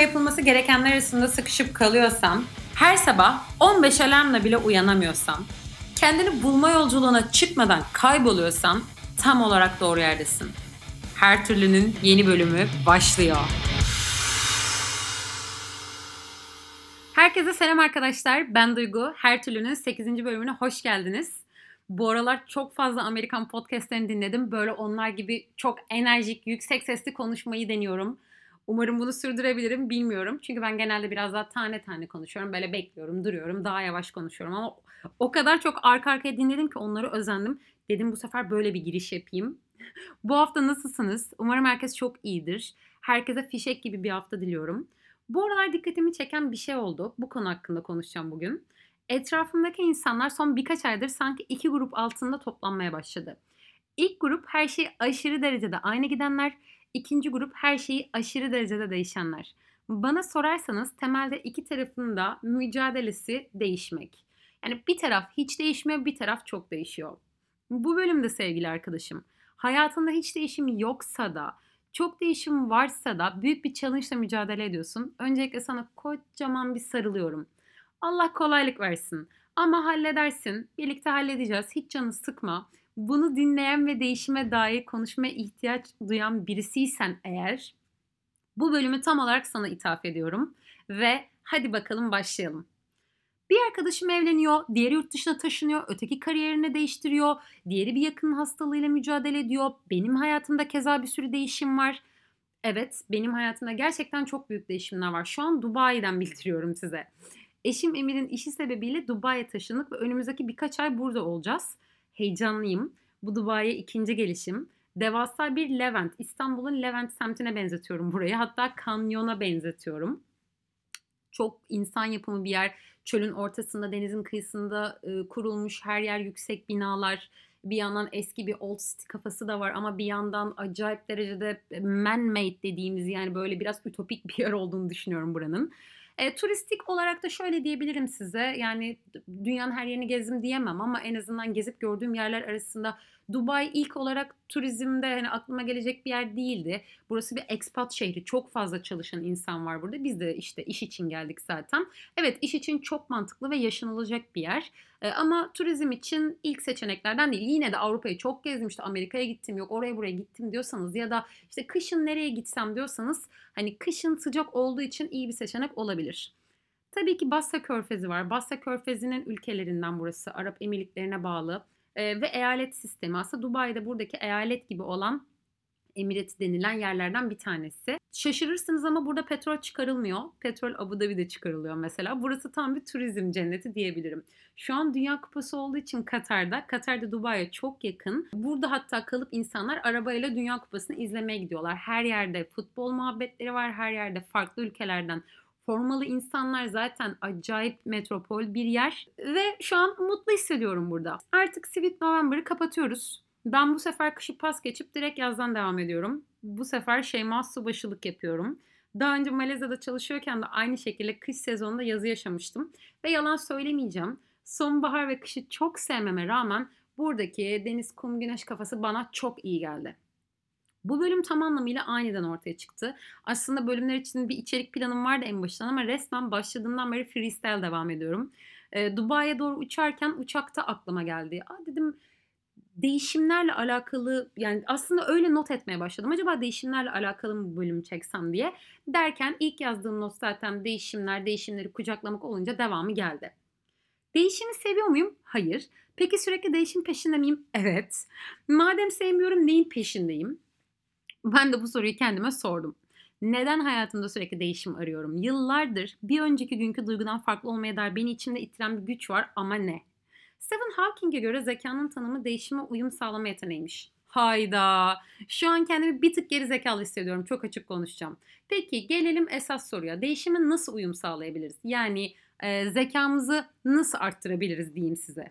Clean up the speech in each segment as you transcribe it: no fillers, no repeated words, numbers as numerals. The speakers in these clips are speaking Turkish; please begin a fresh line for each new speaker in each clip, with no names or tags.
yapılması gerekenler arasında sıkışıp kalıyorsan, her sabah 15 alarmla bile uyanamıyorsan, kendini bulma yolculuğuna çıkmadan kayboluyorsan tam olarak doğru yerdesin. Her Türlü'nün yeni bölümü başlıyor. Herkese selam arkadaşlar. Ben Duygu. Her Türlü'nün 8. bölümüne hoş geldiniz. Bu aralar çok fazla Amerikan podcastlerini dinledim. Böyle onlar gibi çok enerjik, yüksek sesli konuşmayı deniyorum. Umarım bunu sürdürebilirim, bilmiyorum. Çünkü ben genelde biraz daha tane tane konuşuyorum. Böyle bekliyorum, duruyorum, daha yavaş konuşuyorum. Ama o kadar çok arka arkaya dinledim ki onları özendim. Dedim bu sefer böyle bir giriş yapayım. Bu hafta nasılsınız? Umarım herkes çok iyidir. Herkese fişek gibi bir hafta diliyorum. Bu aralar dikkatimi çeken bir şey oldu. Bu konu hakkında konuşacağım bugün. Etrafımdaki insanlar son birkaç aydır sanki iki grup altında toplanmaya başladı. İlk grup her şeyi aşırı derecede aynı gidenler, ikinci grup her şeyi aşırı derecede değişenler. Bana sorarsanız temelde iki tarafın da mücadelesi değişmek. Yani bir taraf hiç değişmiyor, bir taraf çok değişiyor. Bu bölümde sevgili arkadaşım, hayatında hiç değişim yoksa da, çok değişim varsa da büyük bir challenge ile mücadele ediyorsun. Öncelikle sana kocaman bir sarılıyorum. Allah kolaylık versin. Ama halledersin. Birlikte halledeceğiz. Hiç canını sıkma. Bunu dinleyen ve değişime dair konuşmaya ihtiyaç duyan birisiysen eğer, bu bölümü tam olarak sana ithaf ediyorum. Ve hadi bakalım başlayalım. Bir arkadaşım evleniyor, diğeri yurt dışına taşınıyor, öteki kariyerini değiştiriyor, diğeri bir yakın hastalığıyla mücadele ediyor. Benim hayatımda keza bir sürü değişim var. Evet, benim hayatımda gerçekten çok büyük değişimler var. Şu an Dubai'den bildiriyorum size. Eşim Emir'in işi sebebiyle Dubai'ye taşındık ve önümüzdeki birkaç ay burada olacağız. Heyecanlıyım. Bu Dubai'ye ikinci gelişim. Devasa bir Levent, İstanbul'un Levent semtine benzetiyorum burayı. Hatta kanyona benzetiyorum. Çok insan yapımı bir yer. Çölün ortasında, denizin kıyısında kurulmuş, her yer yüksek binalar. Bir yandan eski bir old city kafası da var ama bir yandan acayip derecede man-made dediğimiz, yani böyle biraz ütopik bir yer olduğunu düşünüyorum buranın. Turistik olarak da şöyle diyebilirim size, yani dünyanın her yerini gezdim diyemem ama en azından gezip gördüğüm yerler arasında Dubai ilk olarak turizmde hani aklıma gelecek bir yer değildi. Burası bir expat şehri. Çok fazla çalışan insan var burada. Biz de işte iş için geldik zaten. Evet, iş için çok mantıklı ve yaşanılacak bir yer. Ama turizm için ilk seçeneklerden değil. Yine de Avrupa'yı çok gezdim, işte Amerika'ya gittim, yok oraya buraya gittim diyorsanız ya da işte kışın nereye gitsem diyorsanız, hani kışın sıcak olduğu için iyi bir seçenek olabilir. Tabii ki Basra Körfezi var. Basra Körfezi'nin ülkelerinden burası. Arap Emirlikleri'ne bağlı. Ve eyalet sistemi. Aslında Dubai'de buradaki eyalet gibi olan Emirati denilen yerlerden bir tanesi. Şaşırırsınız ama burada petrol çıkarılmıyor. Petrol Abu Dhabi'de çıkarılıyor mesela. Burası tam bir turizm cenneti diyebilirim. Şu an Dünya Kupası olduğu için Katar'da Dubai'ye çok yakın. Burada hatta kalıp insanlar arabayla Dünya Kupası'nı izlemeye gidiyorlar. Her yerde futbol muhabbetleri var. Her yerde farklı ülkelerden formalı insanlar, zaten acayip metropol bir yer. Ve şu an mutlu hissediyorum burada. Artık Sweet November'ı kapatıyoruz. Ben bu sefer kışı pas geçip direkt yazdan devam ediyorum. Bu sefer Şeyma Subaşılık yapıyorum. Daha önce Malezya'da çalışıyorken de aynı şekilde kış sezonunda yazı yaşamıştım. Ve yalan söylemeyeceğim, sonbahar ve kışı çok sevmeme rağmen buradaki deniz, kum, güneş kafası bana çok iyi geldi. Bu bölüm tam anlamıyla aniden ortaya çıktı. Aslında bölümler için bir içerik planım vardı en başından ama resmen başladığımdan beri freestyle devam ediyorum. Dubai'ye doğru uçarken uçakta aklıma geldi. Dedim değişimlerle alakalı, yani aslında öyle not etmeye başladım. Acaba değişimlerle alakalı mı bu bölümü çeksem diye. Derken ilk yazdığım not zaten değişimleri kucaklamak olunca devamı geldi. Değişimi seviyor muyum? Hayır. Peki sürekli değişim peşinde miyim? Evet. Madem sevmiyorum, neyin peşindeyim? Ben de bu soruyu kendime sordum. Neden hayatımda sürekli değişim arıyorum? Yıllardır bir önceki günkü duygudan farklı olmaya dair beni içimde ittiren bir güç var ama ne? Stephen Hawking'e göre zekanın tanımı değişime uyum sağlama yeteneğiymiş. Hayda. Şu an kendimi bir tık geri zekalı hissediyorum. Çok açık konuşacağım. Peki gelelim esas soruya. Değişime nasıl uyum sağlayabiliriz? Yani zekamızı nasıl arttırabiliriz diyeyim size.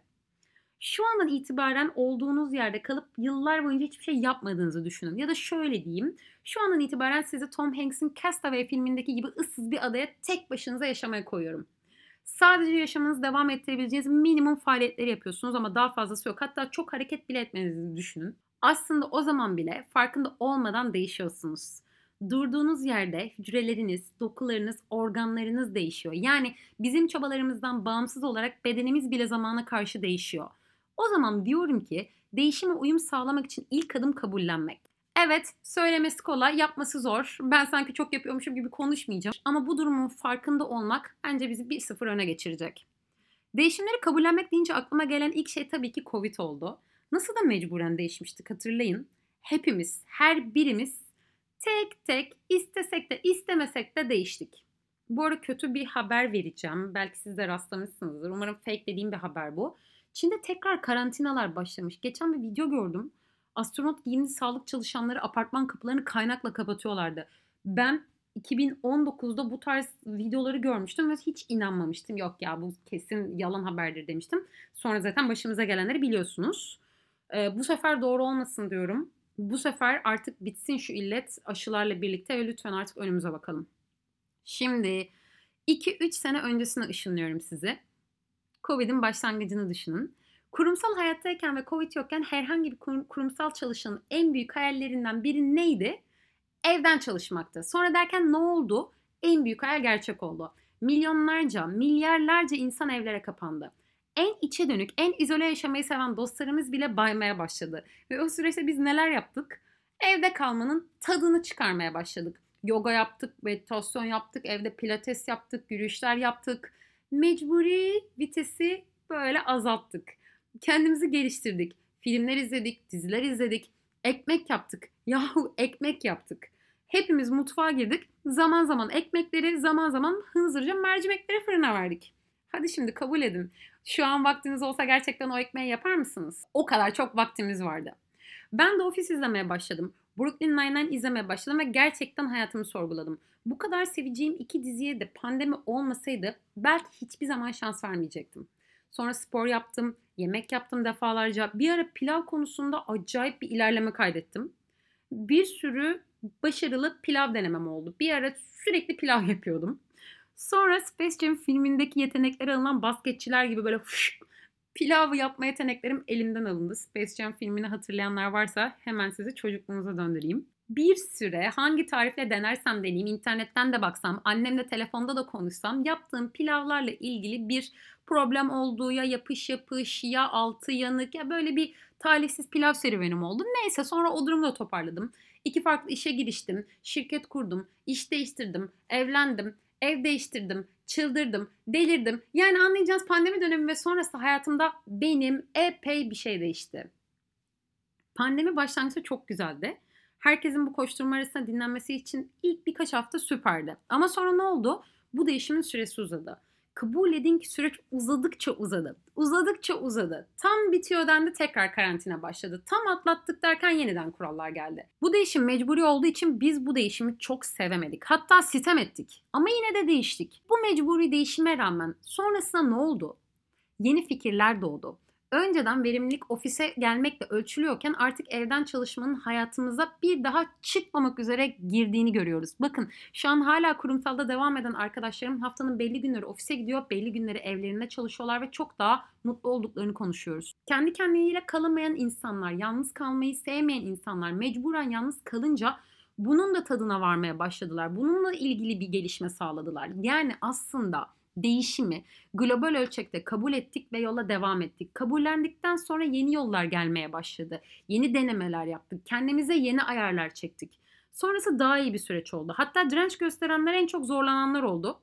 Şu andan itibaren olduğunuz yerde kalıp yıllar boyunca hiçbir şey yapmadığınızı düşünün. Ya da şöyle diyeyim. Şu andan itibaren sizi Tom Hanks'in Castaway filmindeki gibi ıssız bir adaya tek başınıza yaşamaya koyuyorum. Sadece yaşamınızı devam ettirebileceğiniz minimum faaliyetleri yapıyorsunuz ama daha fazlası yok. Hatta çok hareket bile etmenizi düşünün. Aslında o zaman bile farkında olmadan değişiyorsunuz. Durduğunuz yerde hücreleriniz, dokularınız, organlarınız değişiyor. Yani bizim çabalarımızdan bağımsız olarak bedenimiz bile zamana karşı değişiyor. O zaman diyorum ki değişime uyum sağlamak için ilk adım kabullenmek. Evet, söylemesi kolay, yapması zor. Ben sanki çok yapıyormuşum gibi konuşmayacağım. Ama bu durumun farkında olmak bence bizi 1-0 öne geçirecek. Değişimleri kabullenmek deyince aklıma gelen ilk şey tabii ki Covid oldu. Nasıl da mecburen değişmiştik hatırlayın. Hepimiz, her birimiz tek tek istesek de istemesek de değiştik. Bu arada kötü bir haber vereceğim. Belki siz de rastlamışsınızdır. Umarım fake dediğim bir haber bu. Çin'de tekrar karantinalar başlamış. Geçen bir video gördüm. Astronot giyimli sağlık çalışanları apartman kapılarını kaynakla kapatıyorlardı. Ben 2019'da bu tarz videoları görmüştüm ve hiç inanmamıştım. Yok ya bu kesin yalan haberdir demiştim. Sonra zaten başımıza gelenleri biliyorsunuz. Bu sefer doğru olmasın diyorum. Bu sefer artık bitsin şu illet aşılarla birlikte ve lütfen artık önümüze bakalım. Şimdi 2-3 sene öncesine ışınlıyorum sizi. Covid'in başlangıcını düşünün. Kurumsal hayattayken ve Covid yokken herhangi bir kurumsal çalışanın en büyük hayallerinden biri neydi? Evden çalışmaktı. Sonra derken ne oldu? En büyük hayal gerçek oldu. Milyonlarca, milyarlarca insan evlere kapandı. En içe dönük, en izole yaşamayı seven dostlarımız bile baymaya başladı. Ve o süreçte biz neler yaptık? Evde kalmanın tadını çıkarmaya başladık. Yoga yaptık, meditasyon yaptık, evde pilates yaptık, yürüyüşler yaptık. Mecburi vitesi böyle azalttık. Kendimizi geliştirdik. Filmler izledik, diziler izledik. Ekmek yaptık. Yahu ekmek yaptık. Hepimiz mutfağa girdik. Zaman zaman ekmekleri, zaman zaman hınzırca mercimekleri fırına verdik. Hadi şimdi kabul edin. Şu an vaktiniz olsa gerçekten o ekmeği yapar mısınız? O kadar çok vaktimiz vardı. Ben de Office izlemeye başladım. Brooklyn Nine-Nine izlemeye başladım ve gerçekten hayatımı sorguladım. Bu kadar seveceğim iki diziye de pandemi olmasaydı belki hiçbir zaman şans vermeyecektim. Sonra spor yaptım, yemek yaptım defalarca. Bir ara pilav konusunda acayip bir ilerleme kaydettim. Bir sürü başarılı pilav denemem oldu. Bir ara sürekli pilav yapıyordum. Sonra Space Jam filmindeki yetenekleri alınan basketçiler gibi böyle pilav yapma yeteneklerim elimden alındı. Space Jam filmini hatırlayanlar varsa hemen sizi çocukluğunuza döndüreyim. Bir süre hangi tarifle denersem deneyeyim, internetten de baksam, annemle telefonda da konuşsam yaptığım pilavlarla ilgili bir problem olduğu ya yapış yapış ya altı yanık ya böyle bir talihsiz pilav serüvenim oldu. Neyse sonra o durumu da toparladım. İki farklı işe giriştim, şirket kurdum, iş değiştirdim, evlendim, ev değiştirdim, çıldırdım, delirdim. Yani anlayacağınız pandemi dönemi ve sonrası hayatımda benim epey bir şey değişti. Pandemi başlangıçta çok güzeldi. Herkesin bu koşturma arasında dinlenmesi için ilk birkaç hafta süperdi. Ama sonra ne oldu? Bu değişimin süresi uzadı. Kabul edin ki süreç uzadıkça uzadı. Uzadıkça uzadı. Tam bitiyor dendi tekrar karantina başladı. Tam atlattık derken yeniden kurallar geldi. Bu değişim mecburi olduğu için biz bu değişimi çok sevemedik. Hatta sitem ettik. Ama yine de değiştik. Bu mecburi değişime rağmen sonrasında ne oldu? Yeni fikirler doğdu. Önceden verimlilik ofise gelmekle ölçülüyorken artık evden çalışmanın hayatımıza bir daha çıkmamak üzere girdiğini görüyoruz. Bakın şu an hala kurumsalda devam eden arkadaşlarım haftanın belli günleri ofise gidiyor, belli günleri evlerinde çalışıyorlar ve çok daha mutlu olduklarını konuşuyoruz. Kendi kendiyle kalamayan insanlar, yalnız kalmayı sevmeyen insanlar mecburen yalnız kalınca bunun da tadına varmaya başladılar. Bununla ilgili bir gelişme sağladılar. Yani aslında değişimi global ölçekte kabul ettik ve yola devam ettik. Kabullendikten sonra yeni yollar gelmeye başladı. Yeni denemeler yaptık. Kendimize yeni ayarlar çektik. Sonrası daha iyi bir süreç oldu. Hatta direnç gösterenler en çok zorlananlar oldu.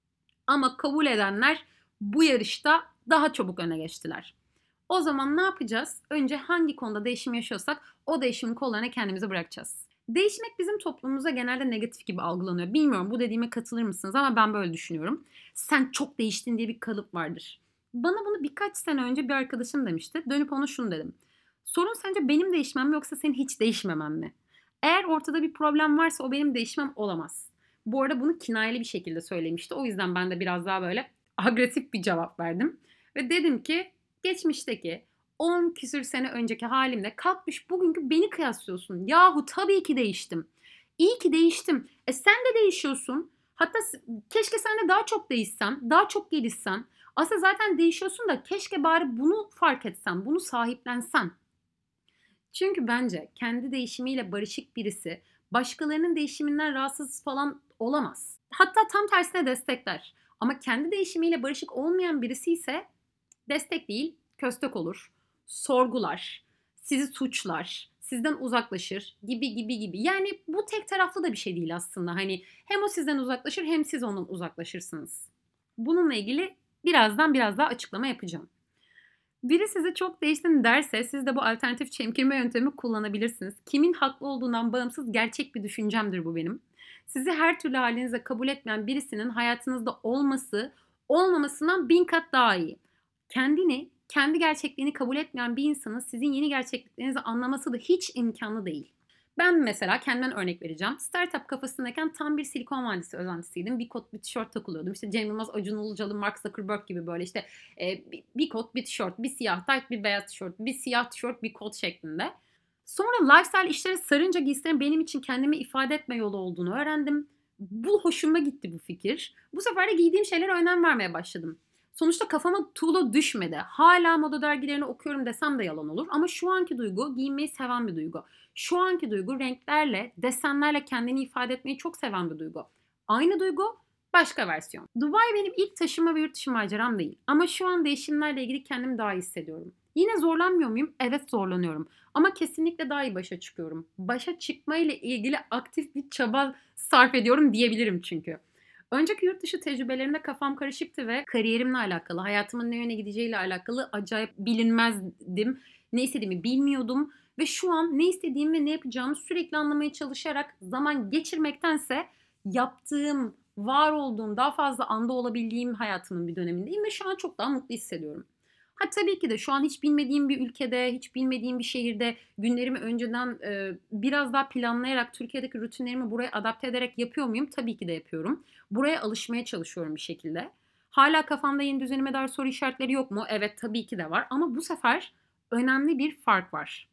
Ama kabul edenler bu yarışta daha çabuk öne geçtiler. O zaman ne yapacağız? Önce hangi konuda değişim yaşıyorsak o değişimin kollarına kendimizi bırakacağız. Değişmek bizim toplumumuzda genelde negatif gibi algılanıyor. Bilmiyorum bu dediğime katılır mısınız ama ben böyle düşünüyorum. Sen çok değiştin diye bir kalıp vardır. Bana bunu birkaç sene önce bir arkadaşım demişti. Dönüp ona şunu dedim. Sorun sence benim değişmem mi yoksa senin hiç değişmemen mi? Eğer ortada bir problem varsa o benim değişmem olamaz. Bu arada bunu kinayeli bir şekilde söylemişti. O yüzden ben de biraz daha böyle agresif bir cevap verdim. Ve dedim ki geçmişteki 10 küsür sene önceki halimle kalkmış bugünkü beni kıyaslıyorsun. Yahu tabii ki değiştim. İyi ki değiştim. Sen de değişiyorsun. Hatta keşke sen de daha çok değişsen, daha çok gelişsen. Aslında zaten değişiyorsun da keşke bari bunu fark etsen, bunu sahiplensen. Çünkü bence kendi değişimiyle barışık birisi Başkalarının değişiminden rahatsız falan olamaz. Hatta tam tersine destekler. Ama kendi değişimiyle barışık olmayan birisi ise destek değil, köstek olur, sorgular, sizi suçlar, sizden uzaklaşır gibi gibi gibi. Yani bu tek taraflı da bir şey değil aslında. Hani hem o sizden uzaklaşır hem siz ondan uzaklaşırsınız. Bununla ilgili birazdan biraz daha açıklama yapacağım. Biri size çok değiştin derse siz de bu alternatif çemkirme yöntemi kullanabilirsiniz. Kimin haklı olduğundan bağımsız gerçek bir düşüncemdir bu benim. Sizi her türlü halinize kabul etmeyen birisinin hayatınızda olması olmamasından 1000 kat daha iyi. Kendini, kendi gerçekliğini kabul etmeyen bir insanın sizin yeni gerçekliklerinizi anlaması da hiç imkanlı değil. Ben mesela kendimden örnek vereceğim. Startup kafasındayken tam bir Silikon Vadisi özentisiydim. Bir kot bir tişört takılıyordum. İşte Cem Yılmaz, Acun Ilıcalı, Mark Zuckerberg gibi böyle işte bir kot bir tişört, bir siyah tayt bir beyaz tişört, bir siyah tişört bir kot şeklinde. Sonra lifestyle işleri sarınca giysilerin benim için kendimi ifade etme yolu olduğunu öğrendim. Bu hoşuma gitti bu fikir. Bu sefer de giydiğim şeylere önem vermeye başladım. Sonuçta kafama tuğla düşmedi. Hala moda dergilerini okuyorum desem de yalan olur. Ama şu anki duygu giyinmeyi seven bir duygu. Şu anki duygu renklerle, desenlerle kendini ifade etmeyi çok seven bir duygu. Aynı duygu, başka versiyon. Dubai benim ilk taşıma ve yurt dışı maceram değil. Ama şu an değişimlerle ilgili kendimi daha iyi hissediyorum. Yine zorlanmıyor muyum? Evet, zorlanıyorum. Ama kesinlikle daha iyi başa çıkıyorum. Başa çıkmayla ilgili aktif bir çaba sarf ediyorum diyebilirim çünkü. Önceki yurt dışı tecrübelerimde kafam karışıktı ve kariyerimle alakalı, hayatımın ne yöne gideceğiyle alakalı acayip bilinmezdim. Ne istediğimi bilmiyordum ve şu an ne istediğimi ve ne yapacağımı sürekli anlamaya çalışarak zaman geçirmektense yaptığım, var olduğum, daha fazla anda olabildiğim hayatımın bir dönemindeyim ve şu an çok daha mutlu hissediyorum. Ha tabii ki de şu an hiç bilmediğim bir ülkede, hiç bilmediğim bir şehirde günlerimi önceden biraz daha planlayarak Türkiye'deki rutinlerimi buraya adapte ederek yapıyor muyum? Tabii ki de yapıyorum. Buraya alışmaya çalışıyorum bir şekilde. Hala kafamda yeni düzenime dair soru işaretleri yok mu? Evet, tabii ki de var. Ama bu sefer önemli bir fark var.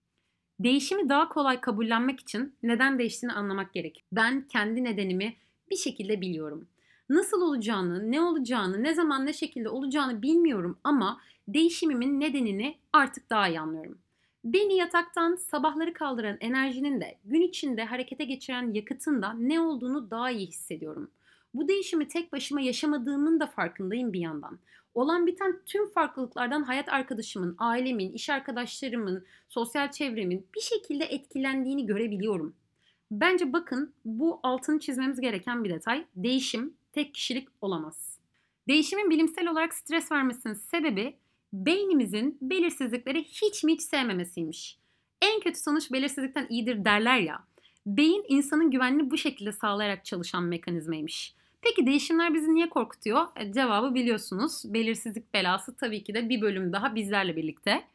Değişimi daha kolay kabullenmek için neden değiştiğini anlamak gerek. Ben kendi nedenimi bir şekilde biliyorum. Nasıl olacağını, ne olacağını, ne zaman ne şekilde olacağını bilmiyorum ama değişimimin nedenini artık daha iyi anlıyorum. Beni yataktan sabahları kaldıran enerjinin de gün içinde harekete geçiren yakıtın da ne olduğunu daha iyi hissediyorum. Bu değişimi tek başıma yaşamadığımın da farkındayım bir yandan. Olan biten tüm farklılıklardan hayat arkadaşımın, ailemin, iş arkadaşlarımın, sosyal çevremin bir şekilde etkilendiğini görebiliyorum. Bence bakın bu altını çizmemiz gereken bir detay. Değişim tek kişilik olamaz. Değişimin bilimsel olarak stres vermesinin sebebi beynimizin belirsizlikleri hiç mi hiç sevmemesiymiş. En kötü sonuç belirsizlikten iyidir derler ya. Beyin insanın güvenliğini bu şekilde sağlayarak çalışan mekanizmaymış. Peki değişimler bizi niye korkutuyor? Cevabı biliyorsunuz. Belirsizlik belası tabii ki de bir bölüm daha bizlerle birlikte.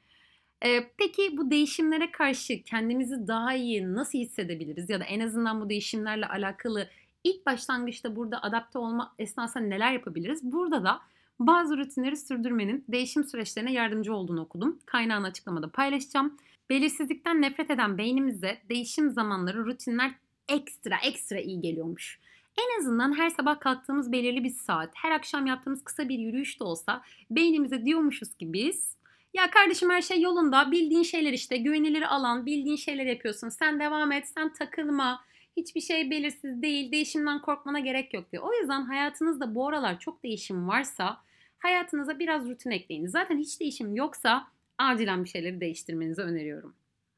Peki bu değişimlere karşı kendimizi daha iyi nasıl hissedebiliriz? Ya da en azından bu değişimlerle alakalı ilk başlangıçta burada adapte olma esnasında neler yapabiliriz? Burada da bazı rutinleri sürdürmenin değişim süreçlerine yardımcı olduğunu okudum. Kaynağını açıklamada paylaşacağım. Belirsizlikten nefret eden beynimize değişim zamanları rutinler ekstra iyi geliyormuş. En azından her sabah kalktığımız belirli bir saat, her akşam yaptığımız kısa bir yürüyüş de olsa beynimize diyormuşuz ki biz ya kardeşim her şey yolunda. Bildiğin şeyler işte. Güvenilir alan. Bildiğin şeyler yapıyorsun. Sen devam et. Sen takılma. Hiçbir şey belirsiz değil. Değişimden korkmana gerek yok diyor. O yüzden hayatınızda bu aralar çok değişim varsa hayatınıza biraz rutin ekleyin. Zaten hiç değişim yoksa acilen bir şeyleri değiştirmenizi öneriyorum.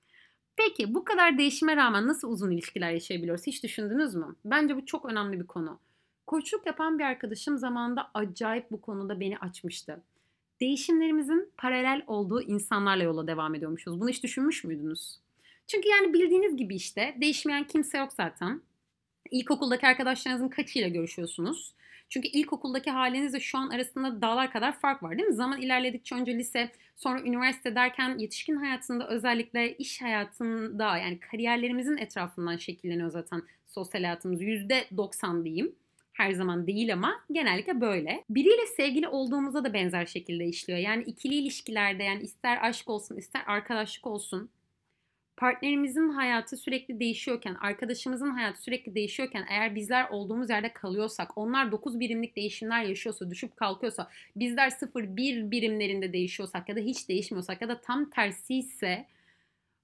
Peki bu kadar değişime rağmen nasıl uzun ilişkiler yaşayabiliyoruz? Hiç düşündünüz mü? Bence bu çok önemli bir konu. Koçluk yapan bir arkadaşım zamanında acayip bu konuda beni açmıştı. Değişimlerimizin paralel olduğu insanlarla yola devam ediyormuşuz. Bunu hiç düşünmüş müydünüz? Çünkü yani bildiğiniz gibi işte değişmeyen kimse yok zaten. İlkokuldaki arkadaşlarınızın kaçıyla görüşüyorsunuz? Çünkü ilkokuldaki halinizle şu an arasında dağlar kadar fark var değil mi? Zaman ilerledikçe önce lise, sonra üniversite derken yetişkin hayatında özellikle iş hayatında yani kariyerlerimizin etrafından şekilleniyor zaten sosyal hayatımız. %90 diyeyim. Her zaman değil ama genellikle böyle. Biriyle sevgili olduğumuzda da benzer şekilde işliyor. Yani ikili ilişkilerde yani ister aşk olsun ister arkadaşlık olsun partnerimizin hayatı sürekli değişiyorken, arkadaşımızın hayatı sürekli değişiyorken eğer bizler olduğumuz yerde kalıyorsak, onlar 9 birimlik değişimler yaşıyorsa, düşüp kalkıyorsa, bizler 0-1 birimlerinde değişiyorsak ya da hiç değişmiyorsak ya da tam tersi ise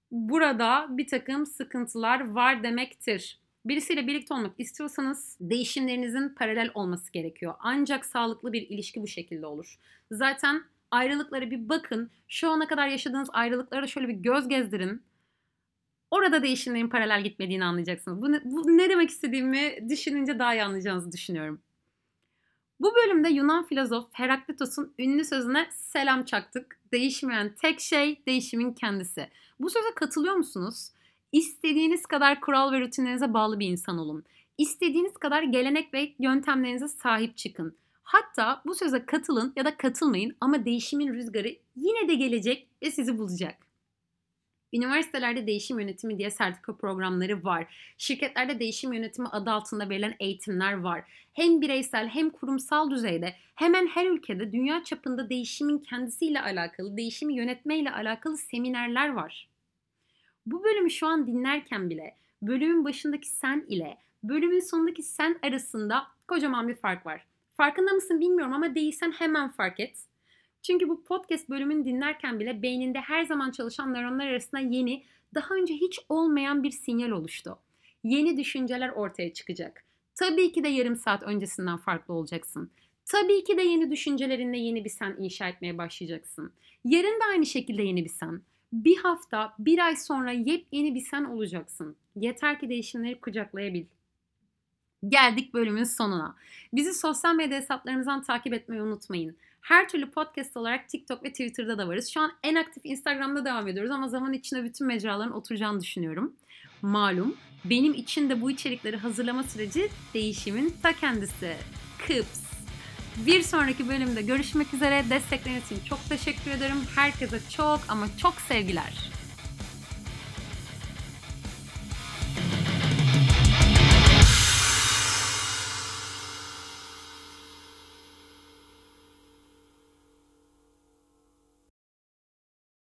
burada bir takım sıkıntılar var demektir. Birisiyle birlikte olmak istiyorsanız değişimlerinizin paralel olması gerekiyor. Ancak sağlıklı bir ilişki bu şekilde olur. Zaten ayrılıklara bir bakın. Şu ana kadar yaşadığınız ayrılıklara şöyle bir göz gezdirin. Orada değişimlerin paralel gitmediğini anlayacaksınız. Bu ne demek istediğimi düşününce daha iyi anlayacağınızı düşünüyorum. Bu bölümde Yunan filozof Heraklitos'un ünlü sözüne selam çaktık. Değişmeyen tek şey değişimin kendisi. Bu söze katılıyor musunuz? İstediğiniz kadar kural ve rutinlerinize bağlı bir insan olun. İstediğiniz kadar gelenek ve yöntemlerinize sahip çıkın. Hatta bu söze katılın ya da katılmayın ama değişimin rüzgarı yine de gelecek ve sizi bulacak. Üniversitelerde değişim yönetimi diye sertifika programları var. Şirketlerde değişim yönetimi adı altında verilen eğitimler var. Hem bireysel hem kurumsal düzeyde hemen her ülkede dünya çapında değişimin kendisiyle alakalı, değişimi yönetmeyle alakalı seminerler var. Bu bölümü şu an dinlerken bile bölümün başındaki sen ile bölümün sonundaki sen arasında kocaman bir fark var. Farkında mısın bilmiyorum ama değilsen hemen fark et. Çünkü bu podcast bölümünü dinlerken bile beyninde her zaman çalışan nöronlar arasında yeni, daha önce hiç olmayan bir sinyal oluştu. Yeni düşünceler ortaya çıkacak. Tabii ki de yarım saat öncesinden farklı olacaksın. Tabii ki de yeni düşüncelerinle yeni bir sen inşa etmeye başlayacaksın. Yarın da aynı şekilde yeni bir sen. Bir hafta, bir ay sonra yepyeni bir sen olacaksın. Yeter ki değişimleri kucaklayabil. Geldik bölümün sonuna. Bizi sosyal medya hesaplarımızdan takip etmeyi unutmayın. Her türlü podcast olarak TikTok ve Twitter'da da varız. Şu an en aktif Instagram'da devam ediyoruz ama zaman içinde bütün mecraların oturacağını düşünüyorum. Malum benim için de bu içerikleri hazırlama süreci değişimin ta kendisi. Kıps. Bir sonraki bölümde görüşmek üzere. Destekleriniz için çok teşekkür ederim. Herkese çok ama çok sevgiler.